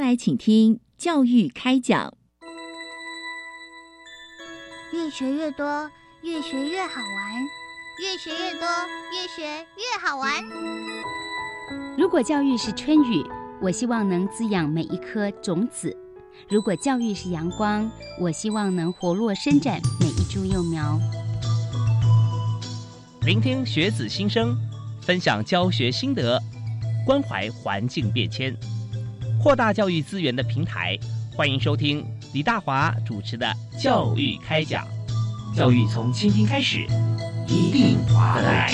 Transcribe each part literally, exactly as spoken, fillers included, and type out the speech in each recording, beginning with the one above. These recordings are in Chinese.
来请听教育开讲。 越学越多，越学越好玩，越学越多，越学越好玩。 如果教育是春雨，我希望能滋养每一颗种子；如果教育是阳光，我希望能活络伸展每一株幼苗。 聆听学子心声，分享教学心得，关怀环境变迁，扩大教育资源的平台。欢迎收听李大华主持的教育开讲。教育从倾听开始，一定华得来。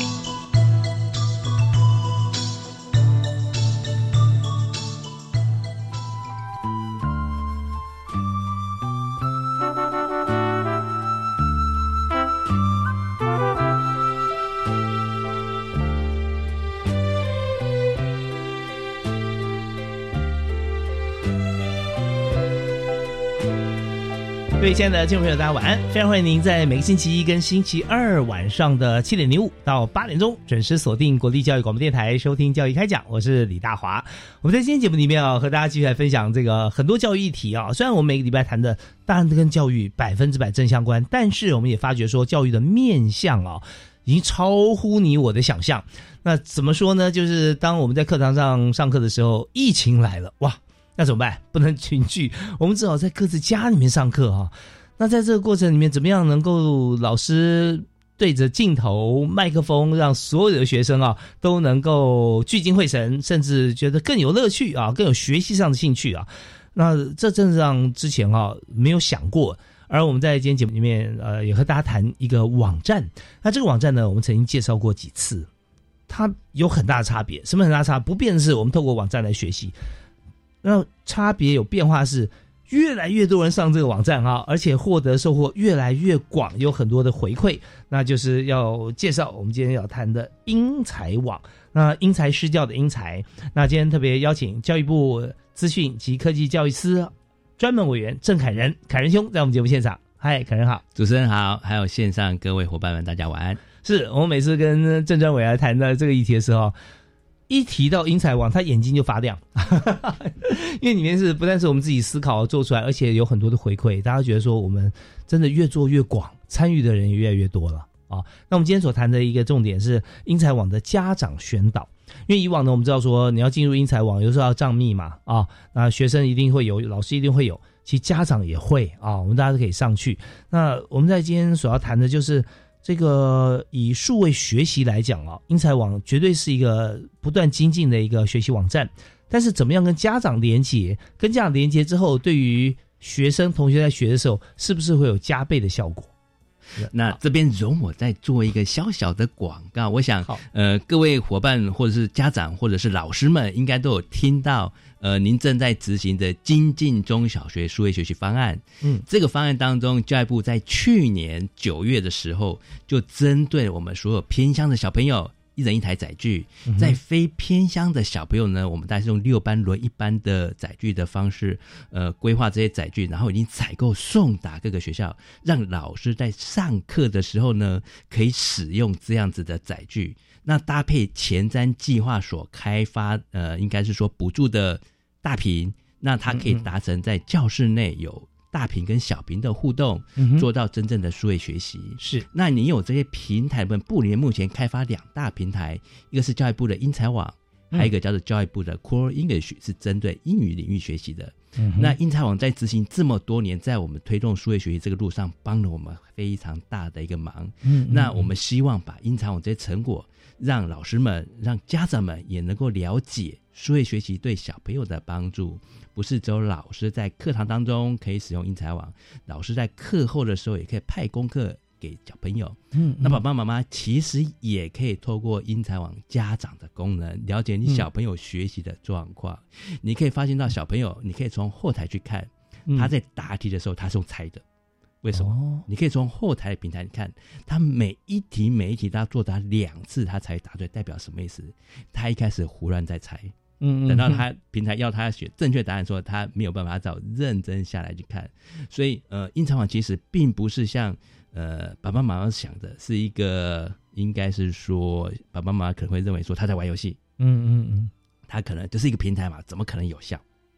各位亲爱的听众朋友大家晚安，非常欢迎您在每个星期一跟星期二晚上的七点零五到八点钟准时锁定国立教育广播电台收听教育开讲，我是李大华。我们在今天节目里面啊，和大家继续来分享这个很多教育议题啊。虽然我们每个礼拜谈的当然跟教育百分之百正相关，但是我们也发觉说教育的面向啊已经超乎你我的想象。那怎么说呢，就是当我们在课堂上上课的时候，疫情来了，哇，那怎么办？不能群聚，我们只好在各自家里面上课啊。那在这个过程里面，怎么样能够老师对着镜头、麦克风，让所有的学生啊都能够聚精会神，甚至觉得更有乐趣啊，更有学习上的兴趣啊？那这真是让之前啊没有想过。而我们在今天节目里面，呃，也和大家谈一个网站。那这个网站呢，我们曾经介绍过几次，它有很大的差别。什么很大的差别？不变的是我们透过网站来学习。那差别有变化是越来越多人上这个网站哈，而且获得收获越来越广，有很多的回馈。那就是要介绍我们今天要谈的英才网。那因材施教的英才，那今天特别邀请教育部资讯及科技教育司专门委员郑凯仁，凯仁兄在我们节目现场。嗨，凯仁好。 主持人好，还有线上各位伙伴们大家晚安。 是我们每次跟郑专委来谈的这个议题的时候，一提到英才网，他眼睛就发亮因为里面是不但是我们自己思考做出来，而且有很多的回馈，大家觉得说我们真的越做越广，参与的人也越来越多了啊。那我们今天所谈的一个重点是英才网的家长宣导。因为以往呢，我们知道说你要进入英才网，有时候要账密嘛啊，那学生一定会有，老师一定会有，其实家长也会啊，我们大家都可以上去。那我们在今天所要谈的就是这个以数位学习来讲啊，英才网绝对是一个不断精进的一个学习网站。但是怎么样跟家长连结，跟家长连结之后，对于学生同学在学的时候，是不是会有加倍的效果？ 那这边容我再做一个小小的广告。我想呃，各位伙伴或者是家长或者是老师们应该都有听到呃，您正在执行的精进中小学数位学习方案。嗯，这个方案当中，教育部在去年九月的时候，就针对我们所有偏乡的小朋友，一人一台载具，在非偏乡的小朋友呢，我们大概是用六班轮一班的载具的方式，呃，规划这些载具，然后已经采购送达各个学校，让老师在上课的时候呢，可以使用这样子的载具。那搭配前瞻计划所开发，呃，应该是说补助的大屏，那它可以达成在教室内有大屏跟小屏的互动，嗯、做到真正的数位学习。是，那你有这些平台们，部联目前开发两大平台，一个是教育部的英才网，还有一个叫做教育部的 Core English， 是针对英语领域学习的。嗯、那英才网在执行这么多年，在我们推动数位学习这个路上，帮了我们非常大的一个忙。嗯，那我们希望把英才网这些成果，让老师们、让家长们也能够了解数位学习对小朋友的帮助。不是只有老师在课堂当中可以使用英才网，老师在课后的时候也可以派功课给小朋友。嗯，那爸爸妈妈其实也可以透过英才网家长的功能，了解你小朋友学习的状况。嗯、你可以发现到小朋友，你可以从后台去看，他在答题的时候他是用猜的。为什么？哦、你可以从后台的平台看，他每一题每一题他作答两次他才答对，代表什么意思？他一开始胡乱在猜。嗯，等到他平台要他选正确答案的时候，他没有办法找认真下来去看。所以呃，英才网其实并不是像呃爸爸妈妈想的是一个，应该是说爸爸妈妈可能会认为说他在玩游戏。嗯嗯嗯，他可能就是一个平台嘛，怎么可能有效？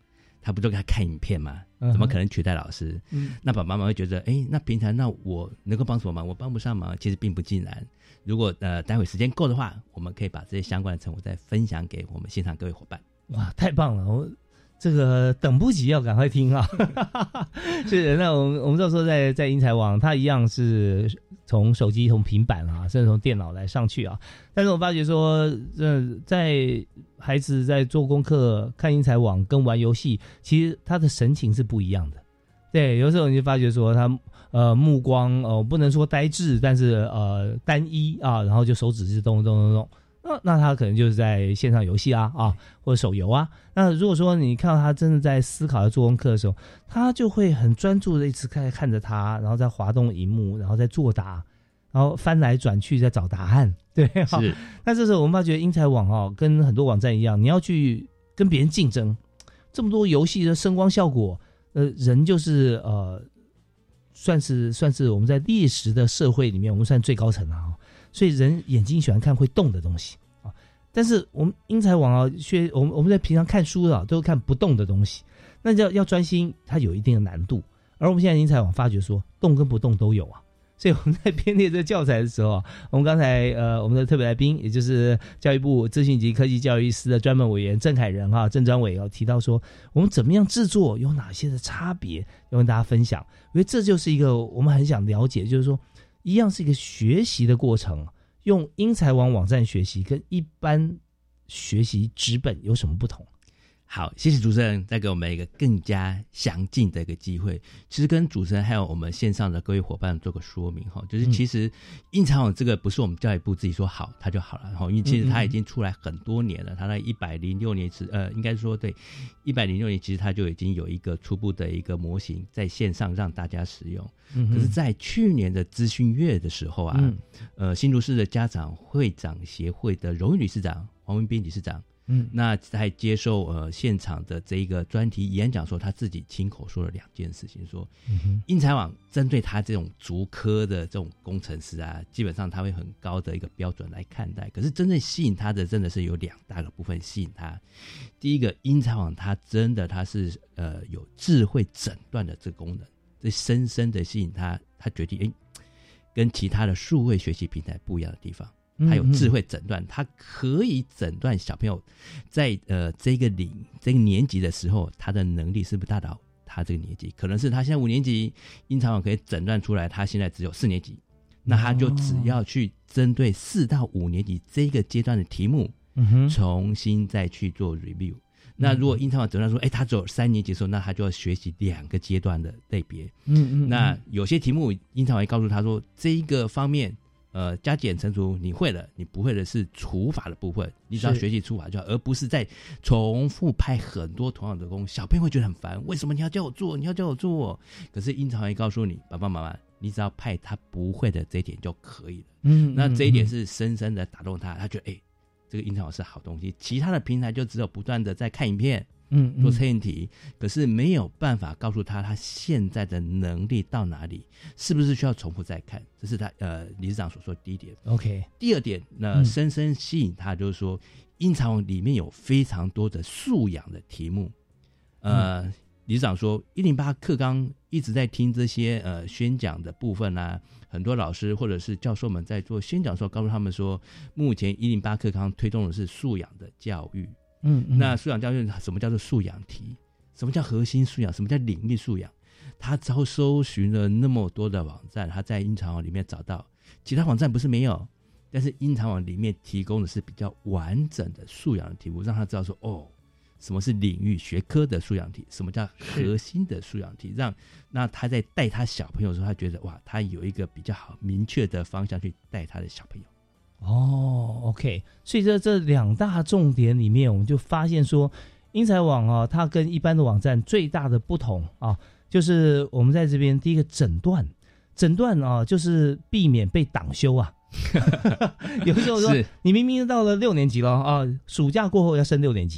他不就给他看影片吗？怎么可能取代老师？嗯，那爸爸妈妈会觉得，哎，那平常那我能够帮什么忙？我帮不上忙，其实并不尽然。如果呃待会时间够的话，我们可以把这些相关的成果再分享给我们现场各位伙伴。 哇，太棒了！我这个等不及要赶快听啊！是，那我们我们到时候在在英才网，它一样是从手机、从平板啊，甚至从电脑来上去啊。但是我发觉说，呃，在孩子在做功课、看英才网跟玩游戏，其实他的神情是不一样的。对，有时候你就发觉说他呃目光呃不能说呆滞，但是呃单一啊，然后就手指是动动动动。那那他可能就是在线上游戏啊啊或者手游啊。那如果说你看到他真的在思考、在做功课的时候，他就会很专注的一直看看着他，然后再滑动荧幕，然后再作答，然后翻来转去在找答案。对，是。那这时候我们发觉英才网哦，跟很多网站一样，你要去跟别人竞争，这么多游戏的声光效果，呃，人就是呃，算是算是我们在猎食的社会里面，我们算最高层啊。所以人眼睛喜欢看会动的东西啊，但是我们英才网啊，学我们我们在平常看书啊，都看不动的东西，那要要专心，它有一定的难度。而我们现在英才网发觉说，动跟不动都有啊。所以我们在编列这个教材的时候啊，我们刚才呃我们的特别来宾，也就是教育部资讯及科技教育司的专门委员郑凯仁哈郑专委啊提到说，我们怎么样制作，有哪些的差别，要跟大家分享。因为这就是一个我们很想了解，就是说。一样是一个学习的过程，用英才网网站学习跟一般学习纸本有什么不同？ 好，谢谢主持人再给我们一个更加详尽的一个机会。其实跟主持人还有我们线上的各位伙伴做个说明哈，就是其实英才网这个不是我们教育部自己说好它就好了哈，因为其实它已经出来很多年了，它在一百零六年是呃应该说对一百零六年其实它就已经有一个初步的一个模型在线上让大家使用。嗯、可是在去年的资讯月的时候啊，嗯、呃新竹市的家长会长协会的荣誉理事长黄文斌理事长。嗯，那在接受呃现场的这一个专题演讲说，他自己亲口说了两件事情，说，嗯、英才网针对他这种竹科的这种工程师啊，基本上他会很高的一个标准来看待。可是真正吸引他的，真的是有两大个部分吸引他。第一个，英才网它真的它是呃有智慧诊断的这个功能，这深深的吸引他，他决定哎，跟其他的数位学习平台不一样的地方。它有智慧诊断，它可以诊断小朋友在呃这个领这个年级的时候，他的能力是不是达到他这个年级？可能是他现在五年级，英才网可以诊断出来，他现在只有四年级，那他就只要去针对四到五年级这个阶段的题目，嗯、重新再去做 review。那如果英才网诊断说，哎，他只有三年级的时候，那他就要学习两个阶段的类别。嗯嗯。那有些题目，英才网会告诉他说，这一个方面。呃，加减乘除你会了，你不会的是除法的部分，你只要学习除法就好，而不是在重复派很多同样的功，小朋友会觉得很烦。为什么你要叫我做？你要叫我做？可是英才会告诉你，爸爸妈妈，你只要派他不会的这一点就可以了。嗯，那这一点是深深的打动他，他觉得哎，这个英才网是好东西。其他的平台就只有不断的在看影片。嗯，做测验题，可是没有办法告诉他他现在的能力到哪里，是不是需要重复再看？这是他呃理事长所说的第一点。OK， 第二点，那深深吸引他就是说，英才网里面有非常多的素养的题目。呃，嗯、理事长说，一零八课纲一直在听这些呃宣讲的部分啊，很多老师或者是教授们在做宣讲的时候，告诉他们说，目前一零八课纲推动的是素养的教育。嗯，嗯，那素养教育什么叫做素养题？什么叫核心素养？什么叫领域素养？他招搜寻了那么多的网站，他在英才网里面找到，其他网站不是没有，但是英才网里面提供的是比较完整的素养的题目，让他知道说，哦，什么是领域学科的素养题，什么叫核心的素养题，让那他在带他小朋友的时候，他觉得哇，他有一个比较好明确的方向去带他的小朋友。 哦 ，OK， 所以在这两大重点里面，我们就发现说，英才网啊，它跟一般的网站最大的不同啊，就是我们在这边第一个诊断，诊断啊，就是避免被挡修啊。有时候说，你明明到了六年级了啊，暑假过后要升六年级，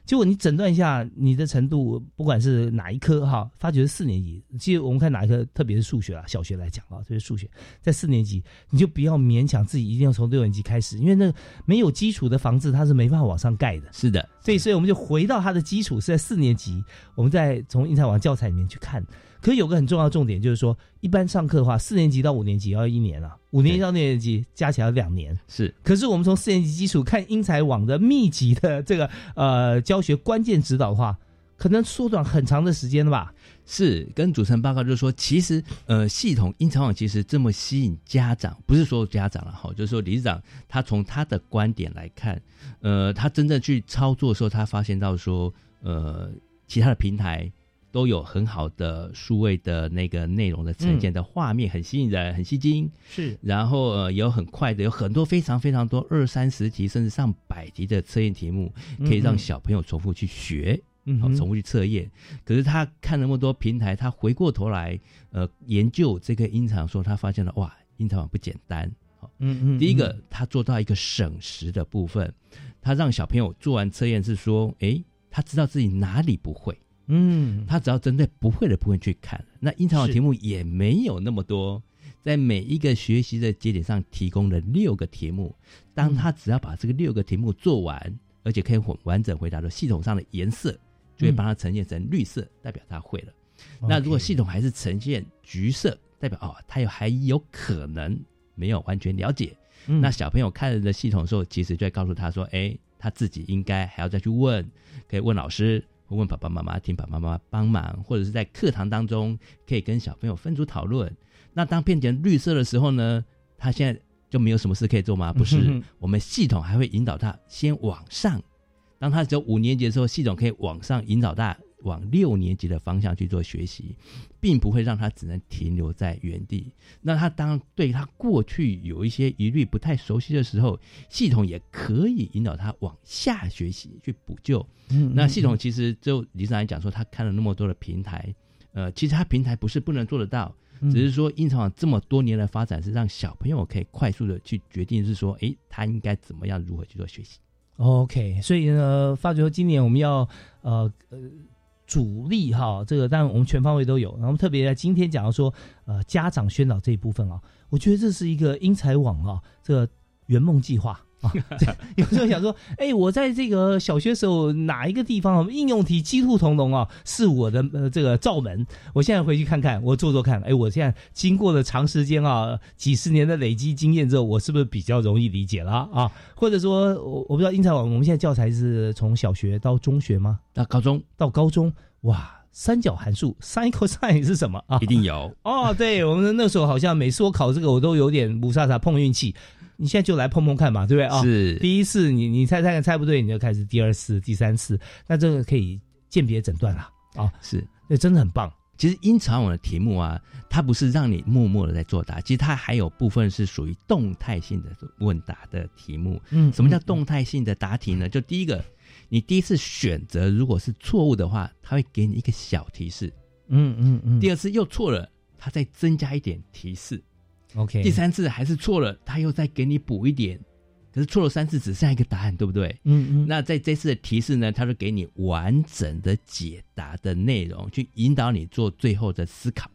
结果你诊断一下你的程度，不管是哪一科哈，发觉是四年级。其实我们看哪一科，特别是数学啊，小学来讲啊，特别是数学，在四年级你就不要勉强自己一定要从六年级开始，因为那个没有基础的房子它是没办法往上盖的。 是的， 所以所以我们就回到它的基础是在四年级，我们再从英才网教材里面去看。可是有个很重要的重点，就是说一般上课的话，四年级到五年级要一年啊，五年级到六年级加起来要两年。 是， 可是我们从四年级基础看英才网的密集的这个呃教学关键指导的话，可能缩短很长的时间了吧？ 是，跟主持人报告就是说，其实呃系统英才网其实这么吸引家长，不是所有家长了哈，就是说理事长他从他的观点来看，呃，他真正去操作的时候，他发现到说，呃，其他的平台都有很好的数位的那个内容的呈现的画面，很吸引人，很吸睛。 是， 然后呃也有很快的，有很多非常非常多二三十题甚至上百题的测验题目，可以让小朋友重复去学，嗯，好，重复去测验。可是他看那么多平台，他回过头来呃研究这个英才网，说他发现了哇，英才网不简单。好，嗯嗯，第一个他做到一个省时的部分，他让小朋友做完测验是说，诶，他知道自己哪里不会。嗯，他只要针对不会的部分去看，那英才网题目也没有那么多，在每一个学习的节点上提供了六个题目，当他只要把这个六个题目做完，嗯，而且可以完整回答的系统上的颜色就会帮他呈现成绿色，嗯，代表他会了。Okay. 那如果系统还是呈现橘色，代表哦，他有还有可能没有完全了解，嗯，那小朋友看了系统的时候，其实就会告诉他说，哎，他自己应该还要再去问，可以问老师，问爸爸妈妈，请爸爸妈妈帮忙，或者是在课堂当中可以跟小朋友分组讨论。那当变成绿色的时候呢，他现在就没有什么事可以做吗？不是，嗯，我们系统还会引导他先往上，当他只有五年级的时候，系统可以往上引导他往六年级的方向去做学习，并不会让他只能停留在原地。那他当对他过去有一些疑虑不太熟悉的时候，系统也可以引导他往下学习去补救。嗯，那系统其实就理事长来讲说，他看了那么多的平台，呃，其实他平台不是不能做得到，只是说英才网这么多年的发展是让小朋友可以快速的去决定是说，诶，他应该怎么样如何去做学习。 OK， 所以呢，发觉今年我们要呃呃主力哈，这个当然我们全方位都有，然后特别在今天讲到说呃家长宣导这一部分啊，我觉得这是一个英才网啊这个圆梦计划。啊，有时候想说，哎、欸，我在这个小学时候哪一个地方应用题鸡兔同笼啊，是我的呃这个罩门。我现在回去看看，我做做看，哎、欸，我现在经过了长时间啊，几十年的累积经验之后，我是不是比较容易理解了啊？或者说，我我不知道英才网我们现在教材是从小学到中学吗？ 到高中， 到高中，哇！三角函数 sin cosine 是什么啊？ 一定有哦。对，我们那时候好像每次我考这个，我都有点不傻傻碰运气。你现在就来碰碰看嘛，对不对啊？ 是， 第一次你你猜猜看猜不对，你就开始第二次、第三次，那这个可以鉴别诊断啦啊。 是， 对，真的很棒。 其实英才网的题目啊，它不是让你默默的在作答，其实它还有部分是属于动态性的问答的题目。嗯，什么叫动态性的答题呢？就第一个，你第一次选择如果是错误的话，它会给你一个小提示。嗯嗯嗯。第二次又错了，它再增加一点提示。 OK， 第三次还是错了，他又再给你补一点，可是错了三次只剩下一个答案，对不对？嗯嗯。那在这次的提示呢，他就给你完整的解答的内容，去引导你做最后的思考。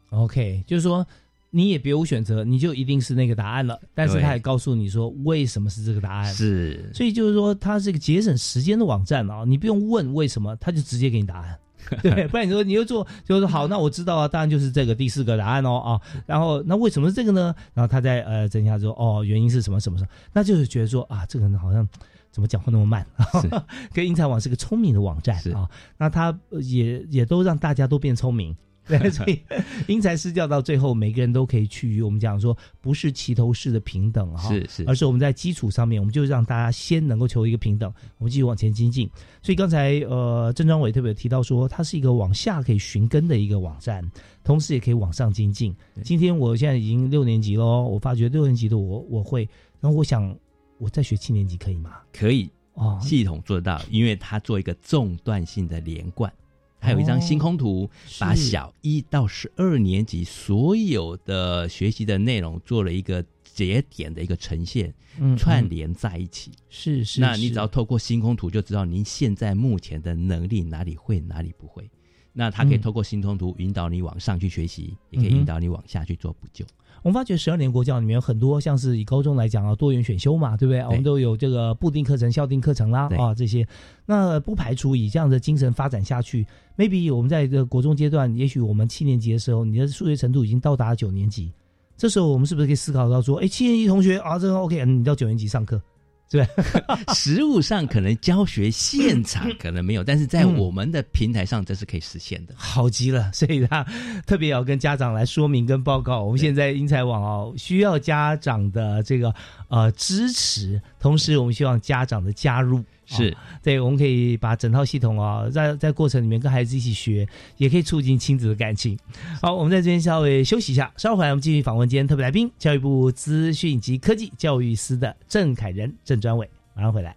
OK， 就是说你也别无选择，你就一定是那个答案了。但是他也告诉你说为什么是这个答案。 是， 所以就是说它是一个节省时间的网站啊，你不用问为什么，他就直接给你答案。对，不然你说你又做，就说好，那我知道啊，当然就是这个第四个答案哦啊。然后那为什么是这个呢？然后他再呃增加说哦，原因是什么什么什么，那就是觉得说啊，这个人好像怎么讲话那么慢。跟英才网是个聪明的网站啊，那他也也都让大家都变聪明。对，所以因材施教到最后，每个人都可以趋于我们讲说，不是齐头式的平等哈， 是是， 而是我们在基础上面，我们就让大家先能够求一个平等，我们继续往前精进。所以刚才呃郑庄伟特别提到说，它是一个往下可以寻根的一个网站，同时也可以往上精进。今天我现在已经六年级了，我发觉六年级的我我会，然后我想我再学七年级可以吗？ 可以哦，系统做得到，因为它做一个纵断性的连贯。 还有一张星空图，把小一到十二年级所有的学习的内容做了一个节点的一个呈现，嗯、串联在一起。 是是， 那你只要透过星空图就知道您现在目前的能力哪里会哪里不会。那它可以透过星空图引导你往上去学习，嗯、也可以引导你往下去做补救。 我们发觉十二年国教里面有很多，像是以高中来讲啊，多元选修嘛，对不对？对，我们都有这个固定课程、校定课程啦，啊这些。那不排除以这样的精神发展下去 ，maybe 我们在这个国中阶段，也许我们七年级的时候，你的数学程度已经到达九年级，这时候我们是不是可以思考到说，哎，七年级同学啊，这个 OK， 你到九年级上课。对， 实务上可能教学现场可能没有，但是在我们的平台上这是可以实现的。 嗯、好极了，所以他特别要跟家长来说明跟报告。我们现在英才网哦，需要家长的这个呃支持，同时我们希望家长的加入。 是、哦、 对，我们可以把整套系统啊、哦，在在过程里面跟孩子一起学，也可以促进亲子的感情。好，我们在这边稍微休息一下，稍后回来我们继续访问今天特别来宾，教育部资讯及科技教育司的郑凯仁郑专委，马上回来。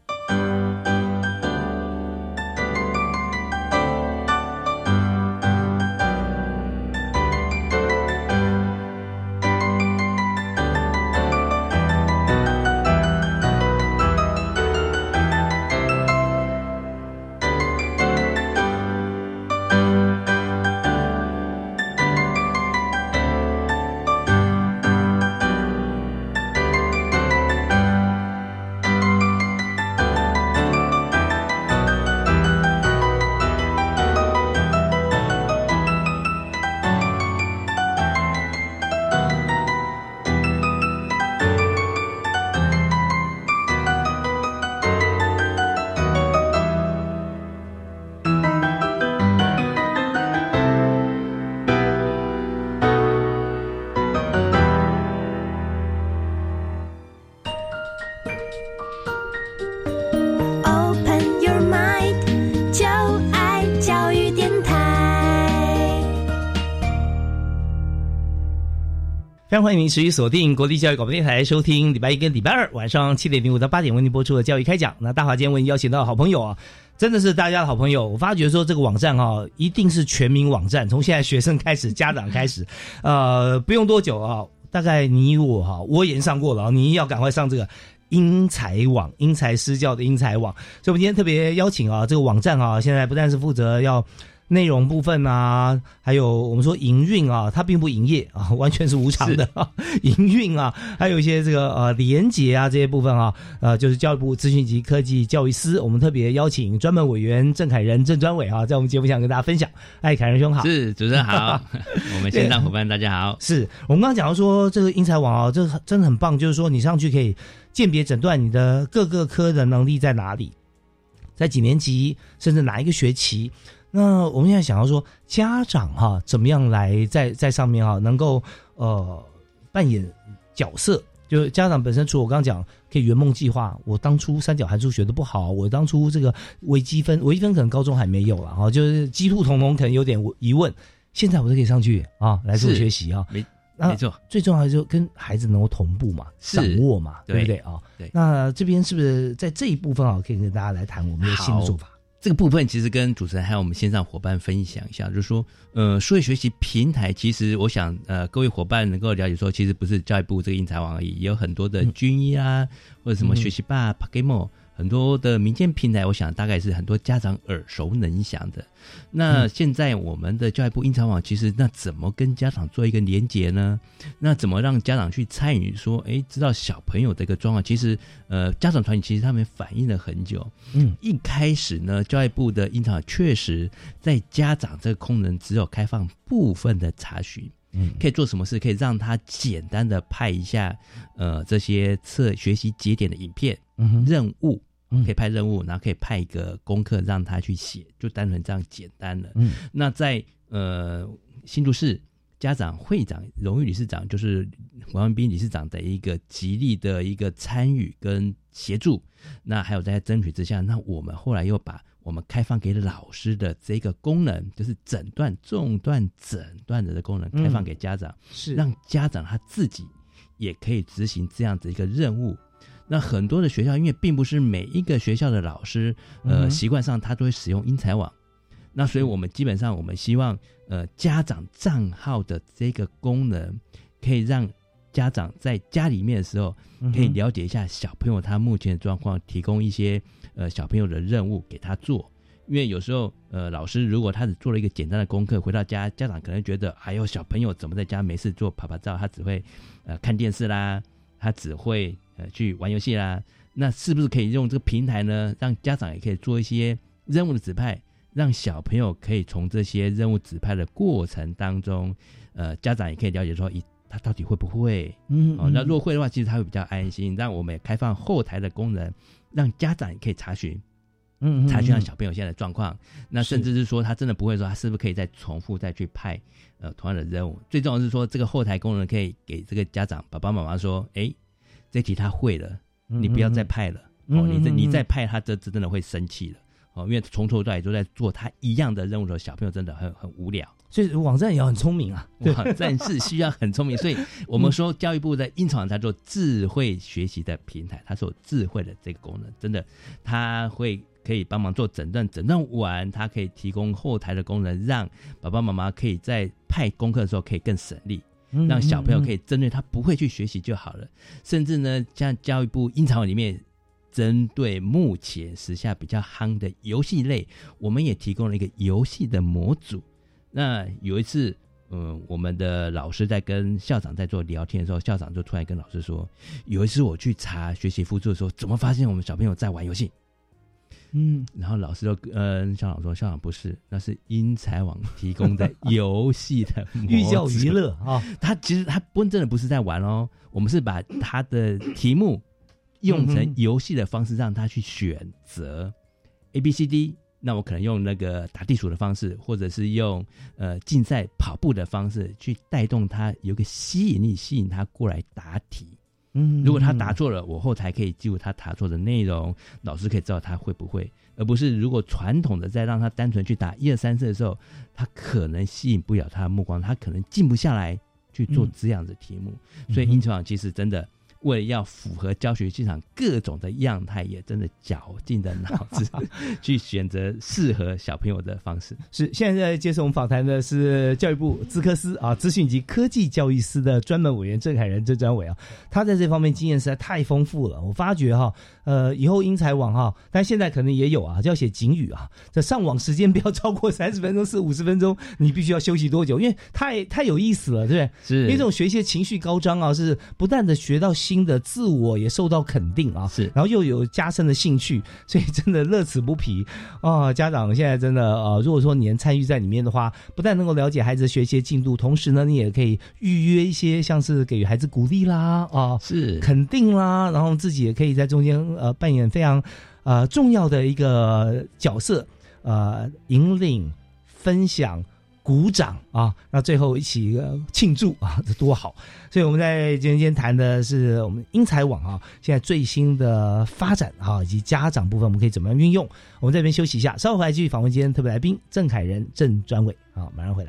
非常欢迎您持续锁定国立教育广播电台，收听礼拜一跟礼拜二晚上七点零五到八点为您播出的教育开讲。那大华今天为您邀请到的好朋友啊，真的是大家的好朋友。我发觉说这个网站啊，一定是全民网站，从现在学生开始，家长开始，呃，不用多久啊，大概你我哈、啊，我也上过了，你要赶快上这个英才网，因材施教的英才网。所以我们今天特别邀请啊，这个网站啊，现在不但是负责要内容部分啊，还有我们说营运啊，它并不营业啊，完全是无偿的啊。营运啊，还有一些这个呃连结啊这些部分啊，呃就是教育部资讯及科技教育司，我们特别邀请专门委员郑凯仁郑专委啊，在我们节目上跟大家分享。哎，凯仁兄好。 是，主持人好。我们线上伙伴大家好。 是我们刚刚讲到说这个英才网啊，这个真的很棒，就是说你上去可以鉴别诊断你的各个科的能力在哪里，在几年级，甚至哪一个学期。那我们现在想要说，家长哈、啊、怎么样来在在上面哈、啊、能够呃扮演角色？就家长本身，除了我刚刚讲可以圆梦计划，我当初三角函数学得不好，我当初这个微积分，微积分可能高中还没有了哈，就是鸡兔同笼可能有点疑问，现在我都可以上去啊来做学习啊。 没没错， 最重要的就跟孩子能够同步嘛，掌握嘛，对不对啊？对。那这边是不是在这一部分啊，可以跟大家来谈我们的新的做法？ 这个部分其实跟主持人还有我们线上伙伴分享一下，就是说，呃，数位学习平台，其实我想，呃，各位伙伴能够了解说，其实不是教育部这个英才网而已，也有很多的军医啊，嗯、或者什么学习吧、Pakemo、嗯、很多的民间平台，我想大概是很多家长耳熟能详的。那现在我们的教育部英才网，其实那怎么跟家长做一个连结呢？那怎么让家长去参与？说，哎，知道小朋友的一个状况，其实，呃，家长团体其实他们反映了很久。嗯，一开始呢，教育部的英才网确实在家长这个功能只有开放部分的查询。嗯，可以做什么事？可以让他简单的派一下，呃，这些测学习节点的影片、嗯、任务。可以派任务，然后可以派一个功课让他去写，就单纯这样简单了。嗯，那在呃新竹市家长会长、荣誉理事长，就是王文斌理事长的一个极力的一个参与跟协助，那还有在争取之下，那我们后来又把我们开放给老师的这个功能，就是诊断、纵断、诊断的功能，开放给家长，嗯、是让家长他自己也可以执行这样子一个任务。那很多的学校，因为并不是每一个学校的老师，呃，习惯上他都会使用英才网。 那所以我们基本上我们希望呃家长账号的这个功能可以让家长在家里面的时候可以了解一下小朋友他目前的状况，提供一些呃小朋友的任务给他做。因为有时候呃老师如果他只做了一个简单的功课，回到家家长可能觉得哎呦小朋友怎么在家没事做拍拍照，他只会呃看电视啦，他只会呃去玩游戏啦，那是不是可以用这个平台呢，让家长也可以做一些任务的指派，让小朋友可以从这些任务指派的过程当中，呃家长也可以了解说他到底会不会，嗯, 嗯、哦，那如果会的话其实他会比较安心。让我们也开放后台的功能，让家长也可以查询嗯, 嗯, 嗯查询到小朋友现在的状况，那甚至是说他真的不会说他是不是可以再重复再去派呃同样的任务。最重要的是说这个后台功能可以给这个家长爸爸妈妈说，哎，这题他会了，你不要再派了，嗯嗯哦，你再你再派他这真的会生气了哦，因为从头到尾都在做他一样的任务的时候，小朋友真的很很无聊。 所以网站也要很聪明啊， 网站是需要很聪明，所以我们说教育部的英传它做智慧学习的平台，它是有智慧的这个功能，真的它会可以帮忙做诊断，诊断完它可以提供后台的功能，让爸爸妈妈可以在派功课的时候可以更省力，让小朋友可以针对他不会去学习就好了。甚至呢像教育部英传网里面针对目前时下比较夯的游戏类，我们也提供了一个游戏的模组。那有一次嗯，我们的老师在跟校长在做聊天的时候，校长就突然跟老师说，有一次我去查学习辅助的时候，怎么发现我们小朋友在玩游戏。嗯，然后老师就跟、呃、校长说，校长不是，那是英才网提供的游戏的寓教于乐啊。 他其实他真的不是在玩哦，我们是把他的题目用成游戏的方式，让他去选择 A B C D。那我可能用那个打地鼠的方式，或者是用呃竞赛跑步的方式去带动他有个吸引力，吸引他过来答题。嗯，如果他答错了，我后台可以记录他答错的内容，老师可以知道他会不会，而不是如果传统的再让他单纯去打一二三四的时候，他可能吸引不了他的目光，他可能静不下来去做这样的题目。嗯、所以英传网其实真的为了要符合教学现场各种的样态，也真的绞尽的脑子去选择适合小朋友的方式。 是，现在在接受我们访谈的是教育部资科司啊资讯及科技教育司的专门委员郑凯仁郑专委啊，他在这方面经验实在太丰富了。我发觉哈，呃，以后英才网哈，但现在可能也有啊，就要写警语啊，这上网时间不要超过三十分钟，是五十分钟，你必须要休息多久？因为太太有意思了，对不对？ 是， 因为这种学习的情绪高涨啊，是不但的学到新的自我也受到肯定啊， 是， 然后又有加深的兴趣，所以真的乐此不疲啊！家长现在真的呃，如果说你能参与在里面的话，不但能够了解孩子的学习进度，同时呢，你也可以预约一些像是给予孩子鼓励啦啊， 是肯定啦，然后自己也可以在中间呃扮演非常呃重要的一个角色，呃，引领、分享。鼓掌啊，那最后一起、呃、庆祝啊，这多好！所以我们在今天谈的是我们英才网啊，现在最新的发展啊，以及家长部分我们可以怎么样运用。我们在这边休息一下，稍后回来继续访问今天特别来宾郑凯仁郑专委啊，马上回来。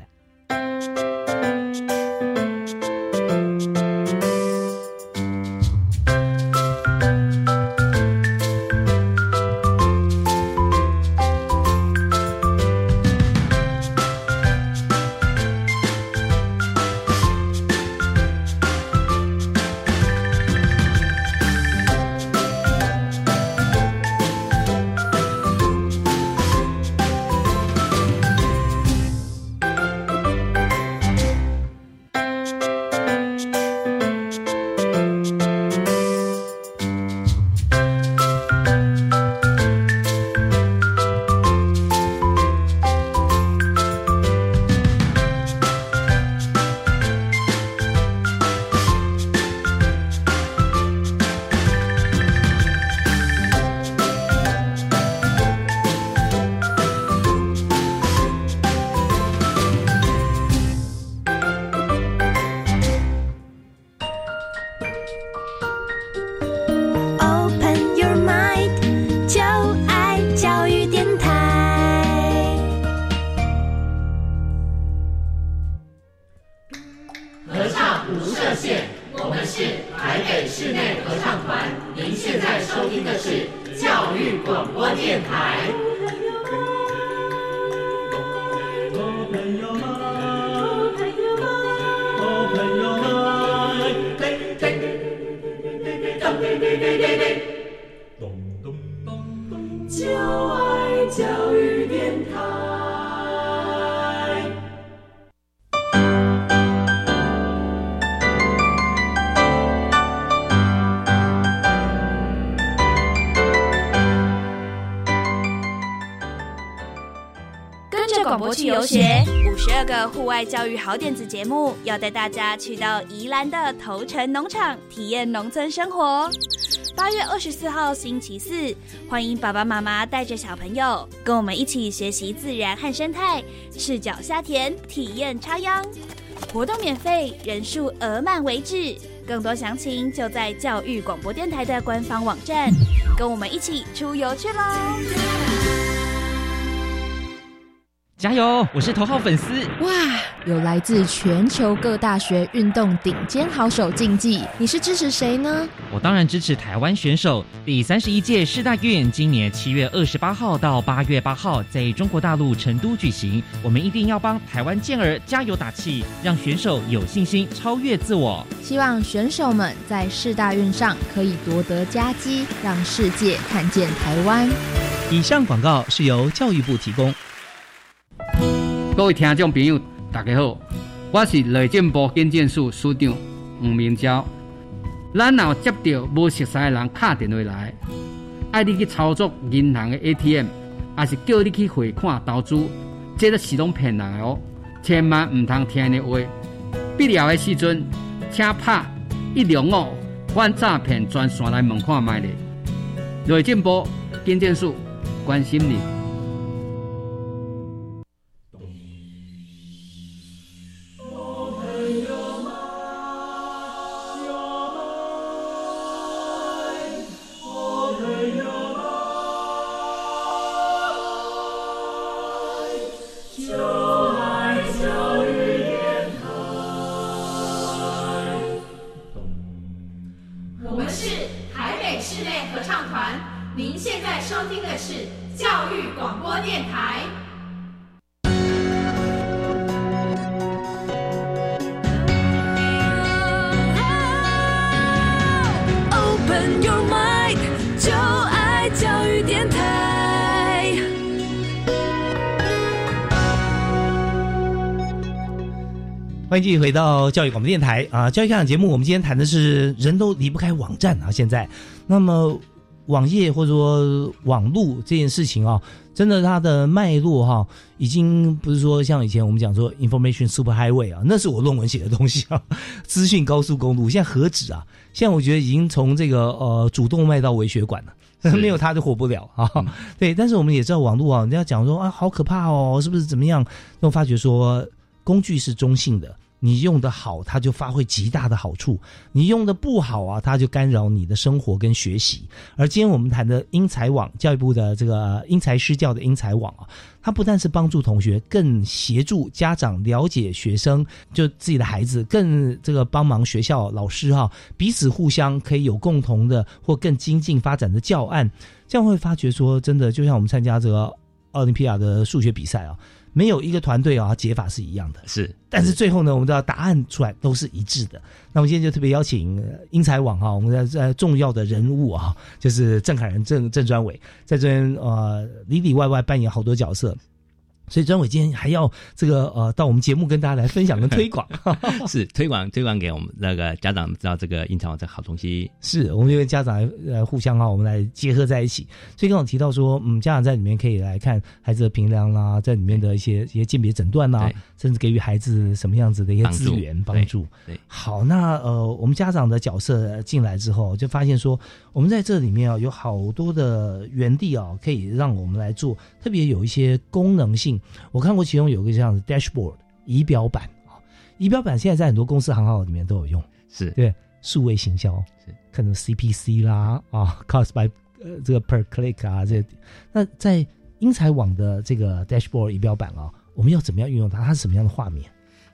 教育广播电台。 朋友们，哦朋友们，哦朋友们，叮叮咚叮叮叮叮咚咚咚咚，就爱教育电台。 广播去游学，五十二个户外教育好点子节目，要带大家去到宜兰的头城农场体验农村生活。八月二十四号星期四，欢迎爸爸妈妈带着小朋友跟我们一起学习自然和生态，赤脚下田体验插秧。活动免费，人数额满为止。更多详情就在教育广播电台的官方网站。跟我们一起出游去喽！ 加油！我是头号粉丝。 哇，有来自全球各大学运动顶尖好手竞技，你是支持谁呢？ 我当然支持台湾选手。第三十一届世大运今年七月二十八号到八月八号在中国大陆成都举行，我们一定要帮台湾健儿加油打气，让选手有信心超越自我。 希望选手们在世大运上可以夺得佳绩，让世界看见台湾。 以上广告是由教育部提供。 各位听众朋友大家好，我是内政部警政署署长黄明昭。咱若接到无熟悉的人打电话来，爱你去操作银行的 A T M， 还是叫你去汇款投资，这都是拢骗人的哦，千万唔通听的话。必要的时阵，请拍一零五反诈骗专线来问看卖咧。内政部警政署关心你。 欢迎继续回到教育广播电台啊！教育开讲节目，我们今天谈的是人都离不开网站啊。现在，那么网页或者说网络这件事情啊，真的它的脉络哈、啊，已经不是说像以前我们讲说 information super highway 啊，那是我论文写的东西啊，资讯高速公路。现在何止啊？现在我觉得已经从这个呃主动脉到微血管了。没有它就活不了啊！嗯、对，但是我们也知道网络啊，人家讲说啊，好可怕哦，是不是怎么样？那我发觉说，工具是中性的，你用的好，它就发挥极大的好处；你用的不好啊，它就干扰你的生活跟学习。而今天我们谈的英才网，教育部的这个因材施教的英才网啊，它不但是帮助同学，更协助家长了解学生，就自己的孩子，更这个帮忙学校老师哈、啊，彼此互相可以有共同的或更精进发展的教案。这样会发觉说，真的就像我们参加这个奥林匹亚的数学比赛啊。没有一个团队啊，解法是一样的， 是， 但是最后呢，我们知道答案出来都是一致的。那我们今天就特别邀请英才网哈、啊，我们的呃重要的人物啊，就是郑凯仁郑郑专委，在这边呃里里外外扮演好多角色。所以专委今天还要这个呃到我们节目跟大家来分享跟推广， 是推广推广给我们那个家长知道这个英才网这个好东西， 是我们因为家长呃互相啊，我们来结合在一起。所以刚刚提到说，嗯，家长在里面可以来看孩子的评量啦，在里面的一些一些鉴别诊断啦，甚至给予孩子什么样子的一些资源帮助。 对，对好，那呃我们家长的角色进来之后，就发现说，我们在这里面啊有好多的园地啊，可以让我们来做，特别有一些功能性。我看过其中有一个这样的 dashboard 仪表板啊，仪表板现在在很多公司行号里面都有用， 是对数位行销，是看成 C P C 啦啊 ，cost by 呃这个 per click 啊这些。那在英才网的这个 dashboard 仪表板啊，我们要怎么样运用它？它是什么样的画面？